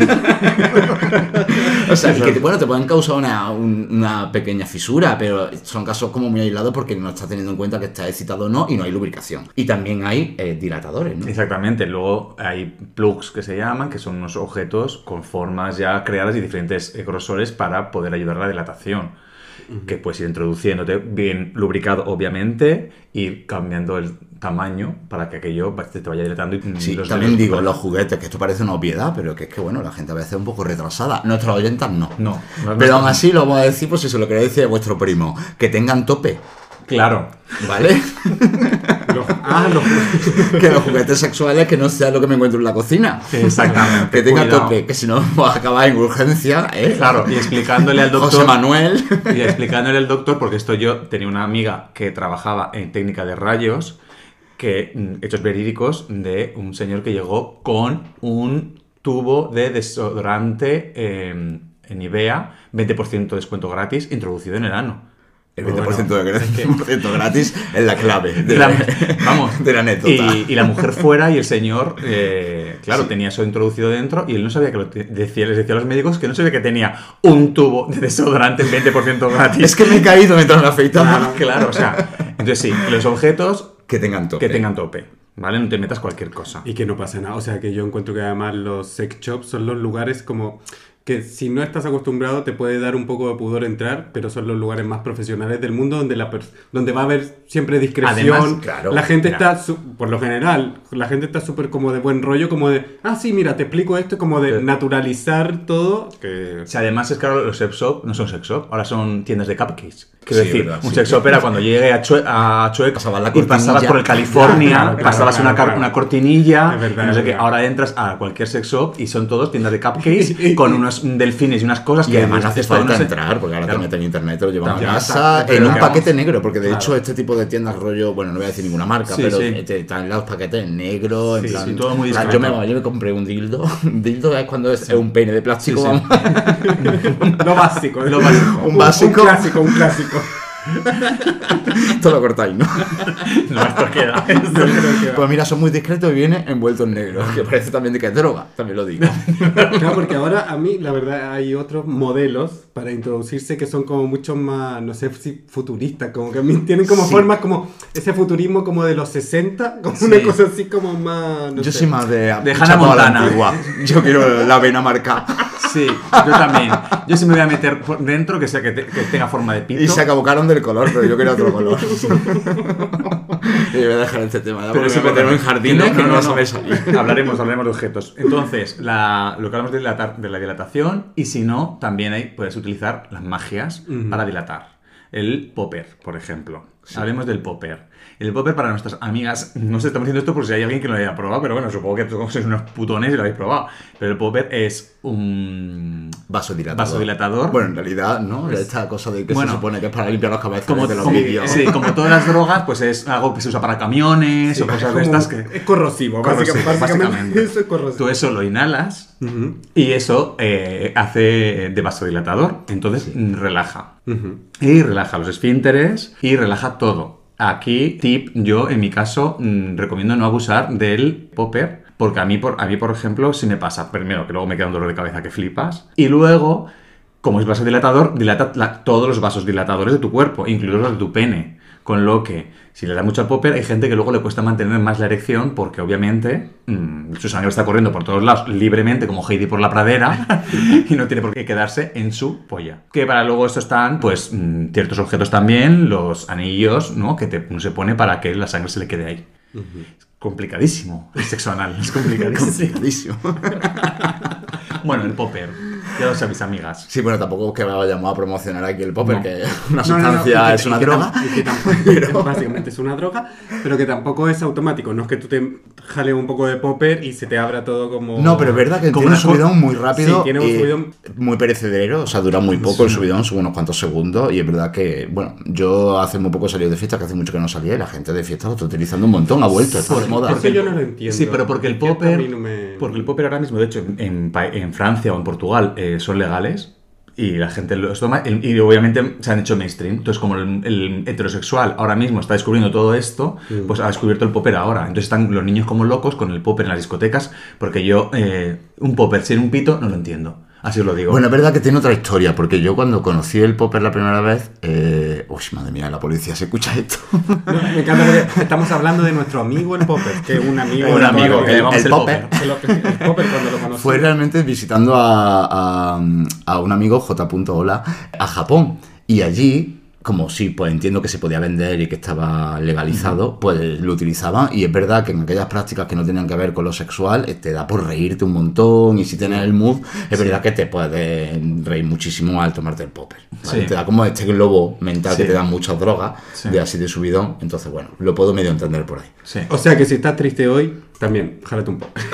O sea, que bueno, te pueden causar una pequeña fisura, pero son casos como muy aislados porque no estás teniendo en cuenta que estás excitado o no y no hay lubricación. Y también hay dilatadores, ¿no? Exactamente, luego hay plugs que se llaman, que son unos objetos con formas ya creadas y diferentes grosores para poder ayudar a la dilatación. Que puedes ir introduciéndote bien lubricado, obviamente, ir cambiando el tamaño para que aquello te vaya dilatando. Sí, también digo, los juguetes, que esto parece una obviedad, pero que es que, bueno, la gente a veces es un poco retrasada. Nuestras oyentas no. No. Pero aún así lo vamos a decir, pues si se lo queréis decir a vuestro primo, que tengan tope. Claro. ¿Vale? Que los juguetes sexuales que no sea lo que me encuentro en la cocina. Exactamente. Que tenga Cuidado. tope, que si no vas a acabar en urgencia, ¿eh? Claro, y explicándole al doctor... José Manuel. Y explicándole al doctor, porque yo tenía una amiga que trabajaba en técnica de rayos, hechos verídicos, de un señor que llegó con un tubo de desodorante en Nivea, 20% de descuento gratis, introducido en el ano. El 20% de gratis es la clave de vamos, de la anécdota. Y la mujer fuera y el señor, claro, tenía eso introducido dentro y él no sabía que les decía a los médicos que no sabía que tenía un tubo de desodorante 20% gratis. Es que me he caído mientras me afeitaba. Claro, o sea, entonces sí, los objetos que tengan tope. ¿Vale? No te metas cualquier cosa. Y que no pase nada. O sea, que yo encuentro que además los sex shops son los lugares como... que si no estás acostumbrado te puede dar un poco de pudor entrar, pero son los lugares más profesionales del mundo donde va a haber siempre discreción. Además, claro, la gente está, por lo general, la gente está súper como de buen rollo, como de, sí, mira, te explico esto, como de naturalizar todo. O sea, además es claro, los sex shop no son sex shop, ahora son tiendas de cupcakes. Quiero Sí, decir, verdad, un sí. sex shop era cuando llegué a Chueca Pasabas la y pasabas cortinilla. por el California, Claro, pasabas claro. una cortinilla, Es verdad, no sé es qué. verdad. Ahora entras a cualquier sex shop y son todos tiendas de cupcakes con unos delfines y unas cosas Y que además no hace esto falta sé. entrar, porque ahora Claro. te meten en internet, te lo llevan Ya a está. casa Pero en un que paquete vamos. negro, porque de Claro. hecho este tipo de tiendas rollo, bueno, no voy a decir ninguna marca, Sí, pero sí. te traen los paquetes negros, en Sí, plan... sí, todo muy Ah, discreto. yo me compré un dildo. Un dildo es cuando es un peine de plástico, Sí, sí. vamos. Lo básico. Lo básico. Un básico. Un clásico. Todo lo cortáis, ¿no? No, esto queda. Pues mira, son muy discretos y viene envuelto en negro, que parece también de que es droga, también lo digo. Claro, porque ahora a mí, la verdad, hay otros modelos para introducirse que son como mucho más, no sé si futuristas, como que a mí tienen como Sí. formas como ese futurismo como de los 60, como Sí. una cosa así como más, no Yo sé. soy más de Hannah chapado a la Montana. antigua. Yo quiero la vena marcada. Sí, yo también. Yo sí me voy a meter por dentro que sea que tenga forma de pito. Y se equivocaron del color, pero yo quería otro color. Y voy a dejar este tema, ¿verdad? Porque eso me meterme en jardines que no vas a ver salir. Hablaremos de objetos. Entonces, lo que hablamos de la dilatación, y si no, también puedes utilizar las magias para dilatar. El popper, por ejemplo. Hablemos del popper. El popper para nuestras amigas, no sé, estamos diciendo esto por si hay alguien que no lo haya probado, pero bueno, supongo que todos sois unos putones y lo habéis probado. Pero el popper es un vasodilatador. Bueno, en realidad, ¿no? Esta cosa de que Bueno, se supone que es para limpiar los cabezones de los vídeos. Sí, como todas las drogas, pues es algo que se usa para camiones o cosas de Como- estas que... Es corrosivo, básicamente. básicamente. Eso es corrosivo. Tú eso lo inhalas y eso hace de vasodilatador, entonces relaja. Y relaja los esfínteres y relaja todo. Aquí, tip, yo en mi caso recomiendo no abusar del popper, porque a mí, por ejemplo, si me pasa, primero, que luego me queda un dolor de cabeza que flipas, y luego, como es vasodilatador, dilata todos los vasos dilatadores de tu cuerpo, incluidos los de tu pene. Con lo que, si le da mucho al popper, hay gente que luego le cuesta mantener más la erección porque, obviamente, su sangre está corriendo por todos lados libremente, como Heidi por la pradera, y no tiene por qué quedarse en su polla. Que para luego esto están, pues, ciertos objetos también, los anillos, ¿no? Que uno se pone para que la sangre se le quede ahí. Es complicadísimo el sexo anal, es complicadísimo. Complicadísimo. Bueno, el popper. Ya lo sabéis, amigas. Sí, bueno, tampoco es que vayamos a promocionar aquí el popper, No. que una sustancia es una droga. Pero básicamente es una droga, pero que tampoco es automático. No es que tú te jales un poco de popper y se te abra todo como... No, pero es verdad que Como tiene un una subidón muy rápido. Sí, tiene un y subidón. muy perecedero, o sea, dura muy poco el subidón, son unos cuantos segundos. Y es verdad que, bueno, yo hace muy poco salí de fiesta, que hace mucho que no salía, y la gente de fiesta lo está utilizando un montón, ha vuelto, está de moda. Porque yo no lo entiendo. Sí, pero porque el Es que a popper, mí no me- porque el popper ahora mismo, de hecho, en Francia o en Portugal son legales y la gente los toma y obviamente se han hecho mainstream. Entonces, como el heterosexual ahora mismo está descubriendo todo esto, pues ha descubierto el popper ahora. Entonces están los niños como locos con el popper en las discotecas, porque yo un popper sin un pito no lo entiendo. Así os lo digo. Bueno, es verdad que tiene otra historia, porque yo cuando conocí el popper la primera vez... Uy, madre mía, la policía se escucha esto. No, me encanta porque estamos hablando de nuestro amigo el popper, que es un amigo... Un de amigo, toda la que vida. llamamos el popper. El popper cuando lo conocí. Fue realmente visitando a un amigo, J.Hola, a Japón. Y allí, como sí, pues entiendo que se podía vender y que estaba legalizado, pues lo utilizaban. Y es verdad que en aquellas prácticas que no tenían que ver con lo sexual, te da por reírte un montón. Y si tienes el mood, es verdad que te puedes reír muchísimo al tomarte el popper, ¿vale? Sí. Te da como este globo mental que Sí. te dan muchas drogas, Sí. de así de subidón. Entonces, bueno, lo puedo medio entender por ahí. Sí. O sea que si estás triste hoy, también, jálate un poco.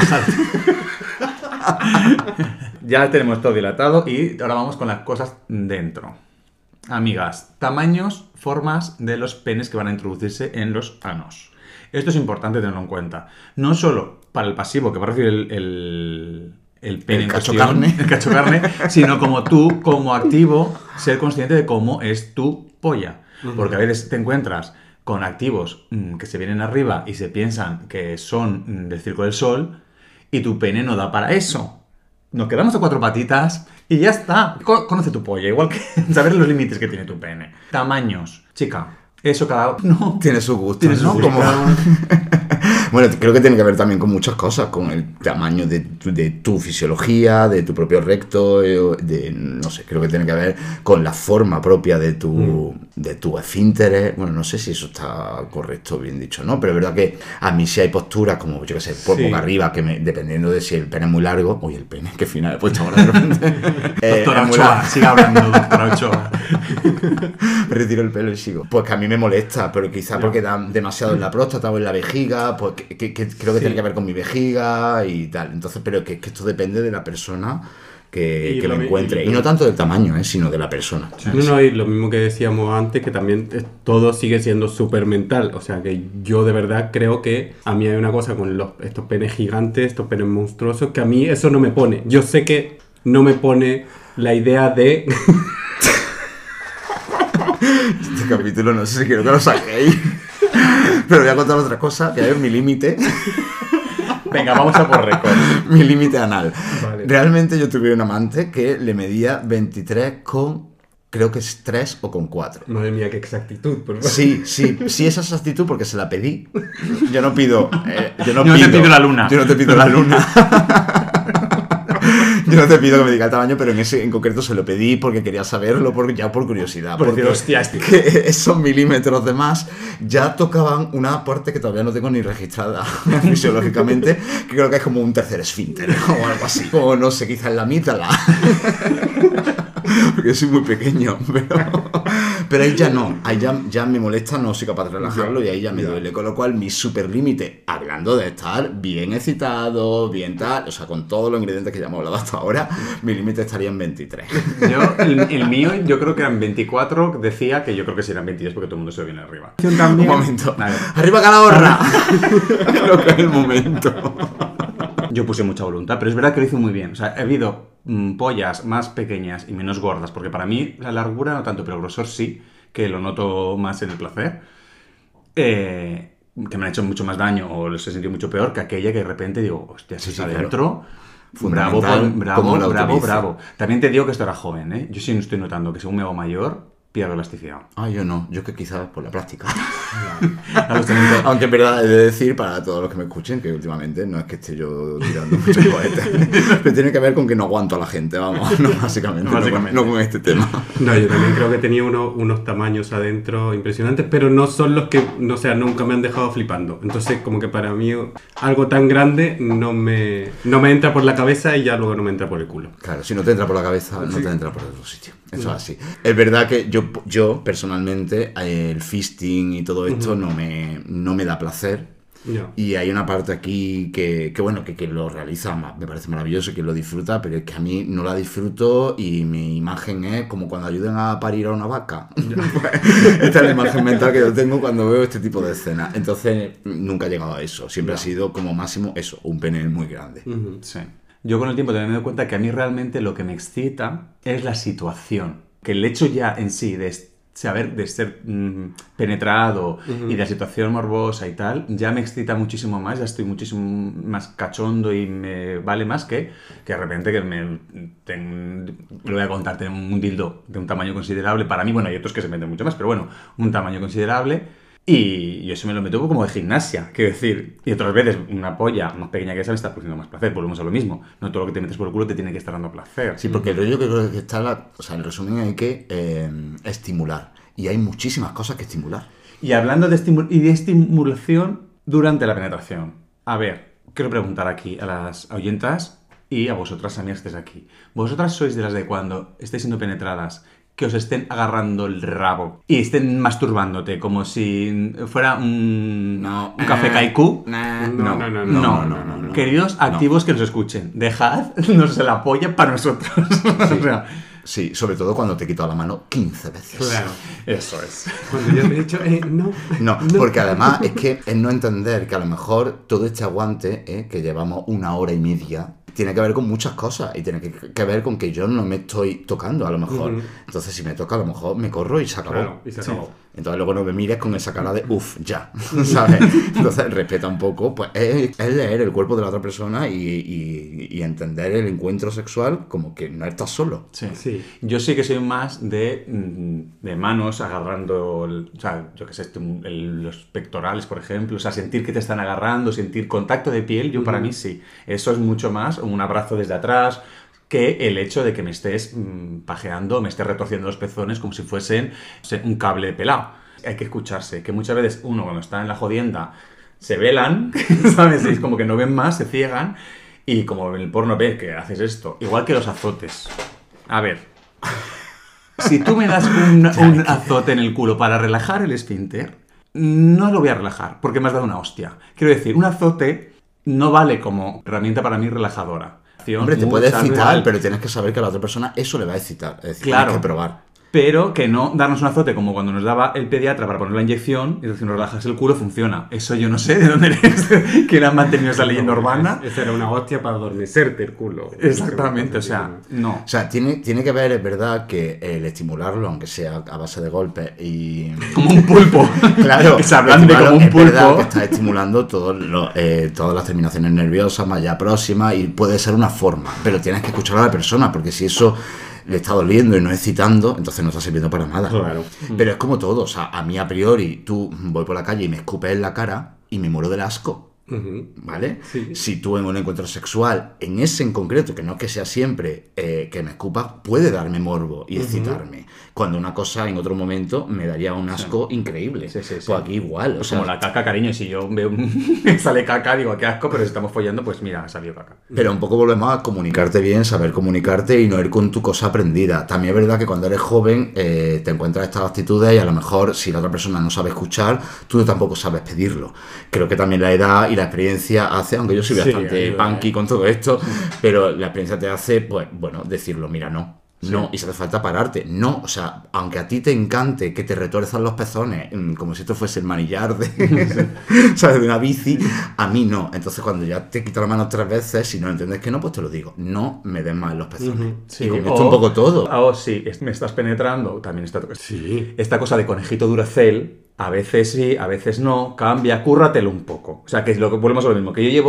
Ya tenemos todo dilatado y ahora vamos con las cosas dentro. Amigas, tamaños, formas de los penes que van a introducirse en los anos. Esto es importante tenerlo en cuenta. No solo para el pasivo que va a recibir el pene El en cacho cuestión, carne. el cacho carne, sino como tú, como activo, ser consciente de cómo es tu polla. Porque a veces te encuentras con activos que se vienen arriba y se piensan que son del Circo del Sol y tu pene no da para eso. Nos quedamos a cuatro patitas y ya está. Conoce tu polla, igual que saber los límites que tiene tu pene. Tamaños. Chica, eso cada uno Tiene su gusto, tiene su ¿no? gusto. Como... Bueno, creo que tiene que ver también con muchas cosas, con el tamaño de tu fisiología, de tu propio recto, no sé, creo que tiene que ver con la forma propia de tu esfínteres. Bueno, no sé si eso está correcto o bien dicho, ¿no? Pero es verdad que a mí sí hay posturas, como yo que sé, por Sí. boca arriba, que dependiendo de si el pene es muy largo, uy, el pene, qué final he puesto ahora de repente. Doctora es muy Ochoa, largo. siga hablando, doctora Ochoa. Me retiro el pelo y sigo. Pues que a mí me molesta, pero quizá porque da demasiado en la próstata o en la vejiga, pues que creo que tiene que ver con mi vejiga y tal. Entonces, pero que esto depende de la persona que Y lo lo mi- encuentre. y- Y no tanto del tamaño, sino de la persona. No, y lo mismo que decíamos antes, que también todo sigue siendo súper mental. O sea, que yo de verdad creo que a mí hay una cosa con estos penes gigantes, estos penes monstruosos, que a mí eso no me pone. Yo sé que no me pone la idea de... Este capítulo no sé si quiero que lo saquéis. Pero voy a contar otra cosa, que es mi límite. Venga, vamos a por récord. Mi límite anal. Vale. Realmente yo tuve un amante que le medía 23 con... Creo que es 3 o con 4. Madre mía, qué exactitud. Por favor. Sí, esa es actitud porque se la pedí. Yo no pido... yo no Yo no te pido la luna. Yo no te pido la luna. Yo no te pido que me diga el tamaño, pero en concreto se lo pedí porque quería saberlo, ya por curiosidad. Por Porque decir, hostia, este- que esos milímetros de más ya tocaban una parte que todavía no tengo ni registrada fisiológicamente, que creo que es como un tercer esfínter o algo así. O no sé, quizá en la mitad. Porque soy muy pequeño, pero ahí ya no, ahí ya me molesta, no soy capaz de relajarlo y ahí ya me duele, con lo cual mi super límite, hablando de estar bien excitado, bien tal, o sea, con todos los ingredientes que ya hemos hablado hasta ahora, mi límite estaría en 23. Yo, el mío, yo creo que eran 24, decía que yo creo que sí eran 22 porque todo el mundo se viene arriba. Un momento, Vale. arriba Calahorra. Creo que es el momento. Yo puse mucha voluntad, pero es verdad que lo hice muy bien. O sea, he habido pollas más pequeñas y menos gordas, porque para mí la largura no tanto, pero el grosor sí, que lo noto más en el placer, que me han hecho mucho más daño o les he sentido mucho peor que aquella que de repente digo, hostia, si Sí, está claro. dentro... Fundamental Bravo, cómo la bravo, utiliza. bravo. También te digo que esto era joven, ¿eh? Yo sí estoy notando que según me hago mayor, pierdo elasticidad. Yo no, yo que quizás por la práctica. A los 30. Aunque en verdad he de decir para todos los que me escuchen que últimamente no es que esté yo tirando muchos cohetes, pero tiene que ver con que no aguanto a la gente, vamos, no, básicamente. No con este tema. No, yo también creo que tenía unos tamaños adentro impresionantes, pero no son los que, no, o sea, nunca me han dejado flipando. Entonces, como que para mí algo tan grande no me entra por la cabeza y ya luego no me entra por el culo. Claro, si no te entra por la cabeza, no te entra por otro sitio. Eso es así. Es verdad que yo personalmente, el fisting y todo esto no me da placer. No. Y hay una parte aquí que lo realiza, me parece maravilloso, que lo disfruta, pero es que a mí no la disfruto y mi imagen es como cuando ayuden a parir a una vaca. Esta es la imagen mental que yo tengo cuando veo este tipo de escenas. Entonces nunca he llegado a eso. Siempre ha sido como máximo eso, un pene muy grande. Sí. Yo con el tiempo también me doy cuenta que a mí realmente lo que me excita es la situación. Que el hecho ya en sí de saber, de ser penetrado y de la situación morbosa y tal, ya me excita muchísimo más, ya estoy muchísimo más cachondo y me vale más que de repente que lo voy a contar, tengo un dildo de un tamaño considerable. Para mí, bueno, hay otros que se meten mucho más, pero bueno, un tamaño considerable. Y yo eso me lo meto como de gimnasia, quiero decir. Y otras veces una polla más pequeña que esa me está produciendo más placer. Volvemos a lo mismo. No todo lo que te metes por el culo te tiene que estar dando placer. Sí, porque el rollo que creo que está, o sea, en resumen hay que estimular. Y hay muchísimas cosas que estimular. Y hablando de estimulación durante la penetración. A ver, quiero preguntar aquí a las oyentas y a vosotras, amigas que estáis aquí. ¿Vosotras sois de las de cuando estéis siendo penetradas que os estén agarrando el rabo y estén masturbándote como si fuera un café kaiku? No. Queridos activos que nos escuchen, dejadnos la polla para nosotros. O sea, sí, sobre todo cuando te he quitado la mano 15 veces. Claro, eso es. Cuando yo te he dicho, No, porque además es que es no entender que a lo mejor todo este aguante, que llevamos 1 hora y media, tiene que ver con muchas cosas y tiene que ver con que yo no me estoy tocando a lo mejor. Entonces si me toca a lo mejor me corro y se acabó. Claro, y se acabó. Sí. Entonces luego no me mires con esa cara de ya, ¿sabes? Entonces respeta un poco, pues es leer el cuerpo de la otra persona y entender el encuentro sexual como que no estás solo. Sí. Yo sí que soy más de manos agarrando, o sea, yo qué sé, los pectorales, por ejemplo, o sea, sentir que te están agarrando, sentir contacto de piel, yo para mí sí. Eso es mucho más un abrazo desde atrás que el hecho de que me estés pajeando, me estés retorciendo los pezones como si fuesen un cable pelado. Hay que escucharse, que muchas veces uno cuando está en la jodienda se velan, ¿sabes? Es como que no ven más, se ciegan, y como en el porno ves que haces esto, igual que los azotes. A ver, si tú me das un azote en el culo para relajar el esfínter, no lo voy a relajar, porque me has dado una hostia. Quiero decir, un azote no vale como herramienta para mí relajadora. Hombre, te puede excitar, pero tienes que saber que a la otra persona eso le va a excitar. Es decir, claro, tienes que probar. Pero que no darnos un azote como cuando nos daba el pediatra para poner la inyección, y decir, nos relajas el culo, funciona. Eso yo no sé de dónde eres, que le han mantenido esa leyenda urbana. Esa era una hostia para adormecerte el culo. Exactamente, o sea, no. O sea, tiene que ver, es verdad, que el estimularlo, aunque sea a base de golpes y... Como un pulpo. Claro, que se hablande como un pulpo. Es verdad que está estimulando todas las terminaciones nerviosas, más allá próximas, y puede ser una forma, pero tienes que escuchar a la persona, porque si eso le está doliendo y no excitando, entonces no está sirviendo para nada. Claro. Pero es como todo, o sea, a mí a priori, tú voy por la calle y me escupes en la cara y me muero del asco. ¿Vale? Sí. Si tú en un encuentro sexual, en ese en concreto, que no es que sea siempre que me escupas, puede darme morbo y excitarme. Cuando una cosa en otro momento me daría un asco increíble. Sí. Pues aquí igual. Pues como la caca, cariño, si yo veo me sale caca, digo, qué asco, pero si estamos follando, pues mira, ha salido caca. Pero un poco volvemos a comunicarte bien, saber comunicarte y no ir con tu cosa aprendida. También es verdad que cuando eres joven te encuentras estas actitudes y a lo mejor si la otra persona no sabe escuchar, tú tampoco sabes pedirlo. Creo que también la edad y la experiencia hace, aunque yo soy bastante punky con todo esto, pero la experiencia te hace, pues bueno, decirlo, mira, no. No, y si hace falta pararte. No, o sea, aunque a ti te encante que te retuerzan los pezones, como si esto fuese el manillar ¿sabes? De una bici, a mí no. Entonces cuando ya te quito la mano 3 veces, si no entiendes que no, pues te lo digo. No me den más los pezones. Sí. Y con esto un poco todo. Sí, me estás penetrando. También esta cosa de conejito Duracell, a veces sí, a veces no. Cambia, cúrratelo un poco. O sea, que es lo que volvemos a lo mismo. Que yo llevo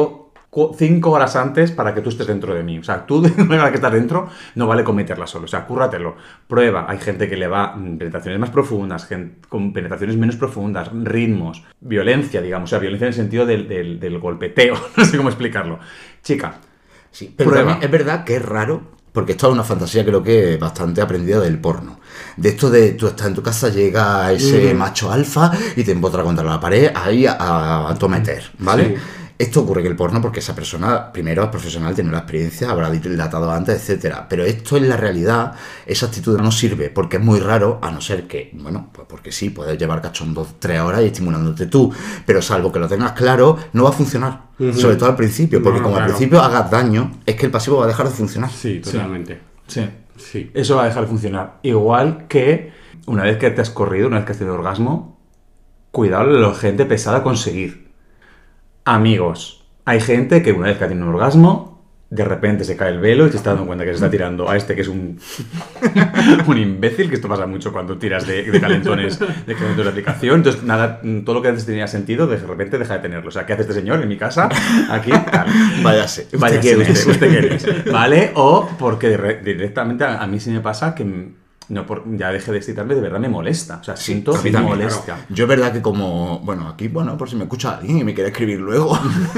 5 horas antes para que tú estés dentro de mí. O sea, tú, a la que estás dentro, no vale cometerla solo. O sea, cúrratelo. Prueba. Hay gente que le va penetraciones más profundas, con penetraciones menos profundas, ritmos, violencia, digamos. O sea, violencia en el sentido del golpeteo. No sé cómo explicarlo. Chica, Sí, pero prueba. también es verdad que es raro, porque esto es una fantasía creo que bastante aprendida del porno. De esto de tú estás en tu casa, llega ese macho alfa y te empotra contra la pared ahí a meter, ¿vale? Sí. Esto ocurre que el porno, porque esa persona primero es profesional, tiene la experiencia, habrá dilatado antes, etcétera. Pero esto en la realidad, esa actitud no sirve, porque es muy raro, a no ser que, bueno, pues porque sí, puedes llevar cachondo 3 horas y estimulándote tú, pero salvo que lo tengas claro, no va a funcionar. Sobre todo al principio, porque No, como claro. al principio hagas daño, es que el pasivo va a dejar de funcionar. Sí, totalmente. Sí. Sí. Eso va a dejar de funcionar. Igual que una vez que te has corrido, una vez que has tenido orgasmo, cuidado la gente pesada a conseguir. Amigos, hay gente que una vez que ha tenido un orgasmo, de repente se cae el velo y te está dando cuenta que se está tirando a este que es un imbécil, que esto pasa mucho cuando tiras de calentones de aplicación. Entonces, nada, todo lo que antes tenía sentido, de repente deja de tenerlo. O sea, ¿qué hace este señor en mi casa? Aquí, tal. Váyase. Vaya, quién es. usted quién es, ¿vale? O porque directamente a mí sí me pasa que no, ya dejé de excitarme, de verdad me molesta. O sea, siento a mí también, molestia. claro. Yo es verdad que como, bueno, aquí, bueno, por si me escucha alguien y me quiere escribir luego,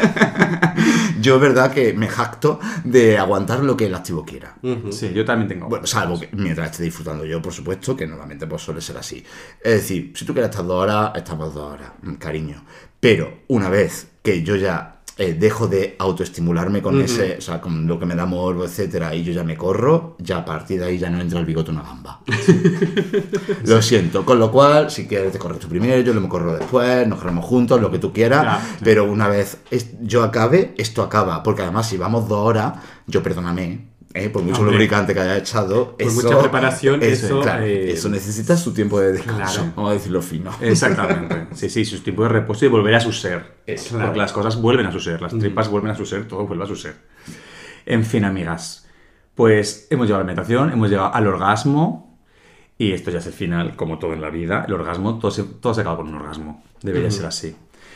yo es verdad que me jacto de aguantar lo que el activo quiera. Sí, yo también tengo. Bueno, salvo que mientras esté disfrutando yo, por supuesto, que normalmente pues suele ser así. Es decir, si tú quieres estar 2 horas, estamos 2 horas, cariño. Pero una vez que yo ya dejo de autoestimularme con ese, o sea, con lo que me da morbo, etcétera, y yo ya me corro, ya a partir de ahí ya no entra el bigote una gamba. Lo siento. Con lo cual, si quieres te corres tú primero, yo me corro después, nos corremos juntos, lo que tú quieras, Ya. pero una vez yo acabe, esto acaba, porque además si vamos 2 horas, yo perdóname, por mucho Hombre. lubricante que haya echado, Por mucha preparación, eso, claro, eso necesita su tiempo de descanso, Claro. vamos a decirlo fino. Exactamente. Sí, su tiempo de reposo y volver a su ser. Claro. Porque las cosas vuelven a su ser, las tripas vuelven a su ser, todo vuelve a su ser. En fin, amigas, pues hemos llegado a la meditación, hemos llegado al orgasmo y esto ya es el final, como todo en la vida. El orgasmo, todo se acaba con un orgasmo. Debería ser así.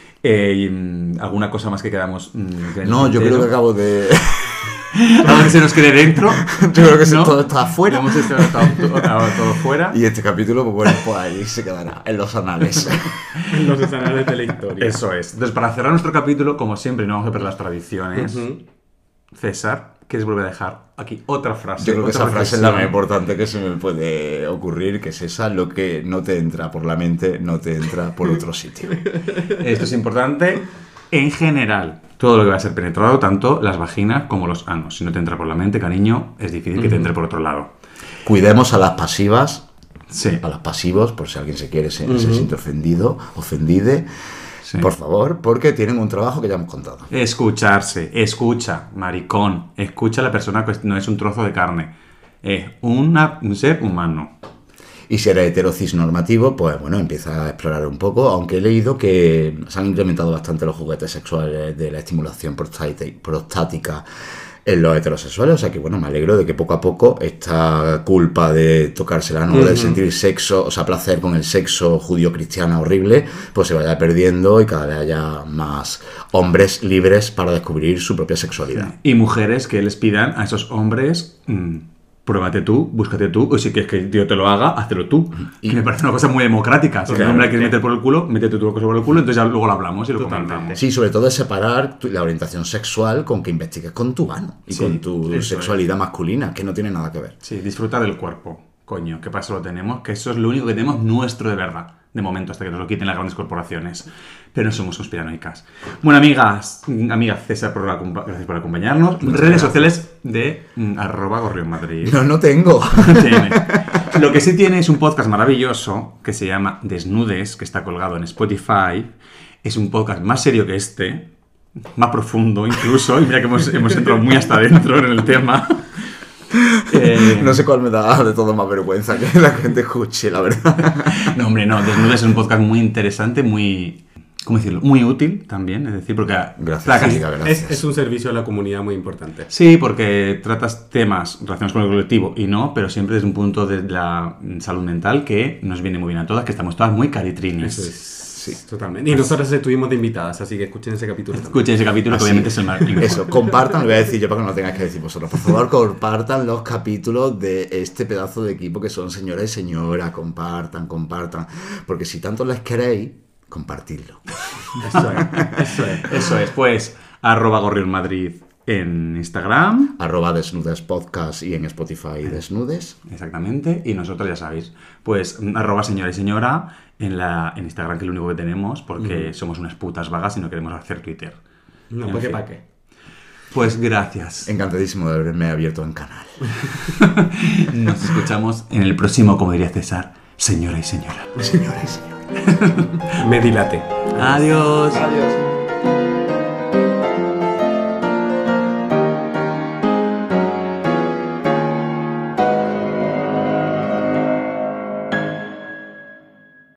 ¿Alguna cosa más que quedamos? No, yo creo que acabo de... Algo que se nos quede dentro. Yo creo que ¿no? todo está afuera. Hemos estado todo fuera. Y este capítulo, pues bueno, pues ahí se quedará, en los anales. En los anales de la historia. Eso es. Entonces, para cerrar nuestro capítulo, como siempre, no vamos a perder las tradiciones. César, ¿quieres volver a dejar aquí otra frase? Yo creo que otra esa frase es la más reflexión? importante que se me puede ocurrir, que es esa: lo que no te entra por la mente, no te entra por otro sitio. Esto es importante en general. Todo lo que va a ser penetrado, tanto las vaginas como los anos. Si no te entra por la mente, cariño, es difícil que te entre por otro lado. Cuidemos a las pasivas, Sí. a los pasivos, por si alguien se siente ofendido, ofendide, Sí. por favor, porque tienen un trabajo que ya hemos contado. Escucharse. Escucha, maricón. Escucha a la persona que no es un trozo de carne. Es un ser humano. Y si eres heterocis normativo, pues bueno, empieza a explorar un poco, aunque he leído que se han incrementado bastante los juguetes sexuales de la estimulación prostática en los heterosexuales, o sea que bueno, me alegro de que poco a poco esta culpa de tocarse la de sentir sexo, o sea, placer con el sexo judío-cristiano horrible, pues se vaya perdiendo y cada vez haya más hombres libres para descubrir su propia sexualidad. Y mujeres que les pidan a esos hombres, pruébate tú, búscate tú, o si quieres que yo te lo haga, hazlo tú. Y- Que me parece una cosa muy democrática. Si el hombre la quieres meter por el culo, métete tú la cosa por el culo, entonces ya luego lo hablamos y lo comentamos. Sí, sobre todo es separar la orientación sexual con que investigues con tu ano y Sí, con tu eso sexualidad masculina, que no tiene nada que ver. Sí, disfrutar del cuerpo. Coño, ¿qué pasa? Lo tenemos, que eso es lo único que tenemos nuestro de verdad. De momento, hasta que nos lo quiten las grandes corporaciones. Pero no somos conspiranoicas. Bueno, amigas César, gracias por acompañarnos. Redes sociales de @gorrionmadrid. No tengo. Tiene. Lo que sí tiene es un podcast maravilloso que se llama Desnudes, que está colgado en Spotify. Es un podcast más serio que este, más profundo incluso, y mira que hemos entrado muy hasta adentro en el tema. No sé cuál me da de todo más vergüenza que la gente escuche, la verdad. No, hombre, no. Desnudes es un podcast muy interesante, muy... ¿Cómo decirlo? Muy útil también, es decir, porque... Gracias, amiga, gracias. Es un servicio a la comunidad muy importante. Sí, porque tratas temas relacionados con el colectivo y no, pero siempre desde un punto de la salud mental que nos viene muy bien a todas, que estamos todas muy caritrinis. Eso es. Sí, totalmente. Y nosotros estuvimos de invitadas, así que escuchen ese capítulo. Escuchen ese capítulo, que obviamente es el más... Eso, compartan, lo voy a decir yo para que no lo tengáis que decir vosotros. Por favor, compartan los capítulos de este pedazo de equipo que son señora y señora. Compartan. Porque si tanto les queréis, compartidlo. Eso es. Pues, @gorrionmadrid en Instagram. @desnudespodcast y en Spotify desnudes. Exactamente. Y nosotros, ya sabéis, pues, @señora y señora en Instagram, que es lo único que tenemos, porque somos unas putas vagas y no queremos hacer Twitter. No, ¿para qué? ¿Para qué? Pues gracias. Encantadísimo de haberme abierto en canal. Nos escuchamos en el próximo, como diría César, señora y señora. Señora y señora. Me dilate. Adiós. Adiós.